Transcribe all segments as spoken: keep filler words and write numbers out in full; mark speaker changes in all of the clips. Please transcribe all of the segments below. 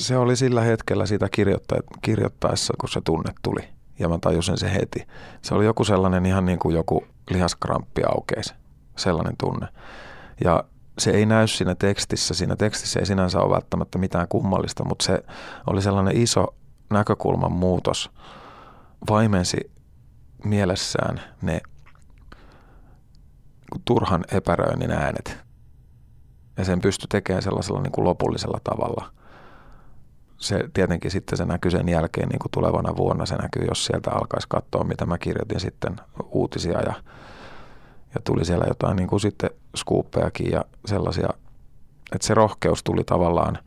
Speaker 1: Se oli sillä hetkellä sitä kirjoittaessa, kun se tunne tuli. Ja mä tajusin se heti. Se oli joku sellainen ihan niin kuin joku lihaskramppi aukeisi. Sellainen tunne. Ja se ei näy siinä tekstissä. Siinä tekstissä ei sinänsä ole välttämättä mitään kummallista, mutta se oli sellainen iso näkökulman muutos. Vaimensi mielessään ne turhan epäröinnin äänet. Ja sen pystyi tekemään sellaisella niin kuin lopullisella tavalla. Se tietenkin sitten se näkyy sen jälkeen niin kuin tulevana vuonna. Se näkyy, jos sieltä alkaisi katsoa, mitä mä kirjoitin sitten uutisia ja, ja tuli siellä jotain niin kuin sitten skuuppejakin ja sellaisia. Että se rohkeus tuli tavallaan,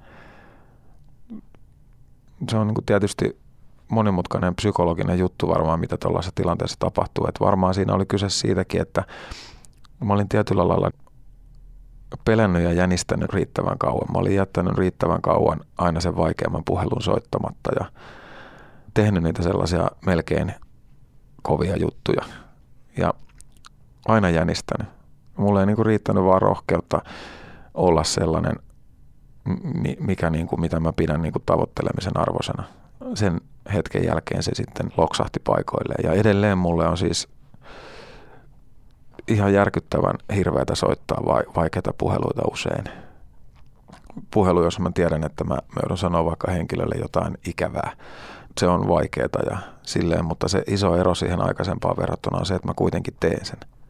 Speaker 1: se on niin kuin tietysti monimutkainen psykologinen juttu varmaan, mitä tuollaisessa tilanteessa tapahtuu. Että varmaan siinä oli kyse siitäkin, että mä olin tietyllä lailla pelännyt ja jänistänyt riittävän kauan. Mä olin jättänyt riittävän kauan aina sen vaikeamman puhelun soittamatta ja tehnyt niitä sellaisia melkein kovia juttuja. Ja aina jänistänyt. Mulla ei niinku riittänyt vaan rohkeutta olla sellainen, mikä niinku, mitä mä pidän niinku tavoittelemisen arvoisena. Sen hetken jälkeen se sitten loksahti paikoilleen. Ja edelleen mulle on siis ihan järkyttävän hirveätä soittaa vaikeita puheluita usein. Puhelu, jos mä tiedän, että mä, mä joudun sanoa vaikka henkilölle jotain ikävää. Se on vaikeaa ja silleen, mutta se iso ero siihen aikaisempaan verrattuna on se, että mä kuitenkin teen sen.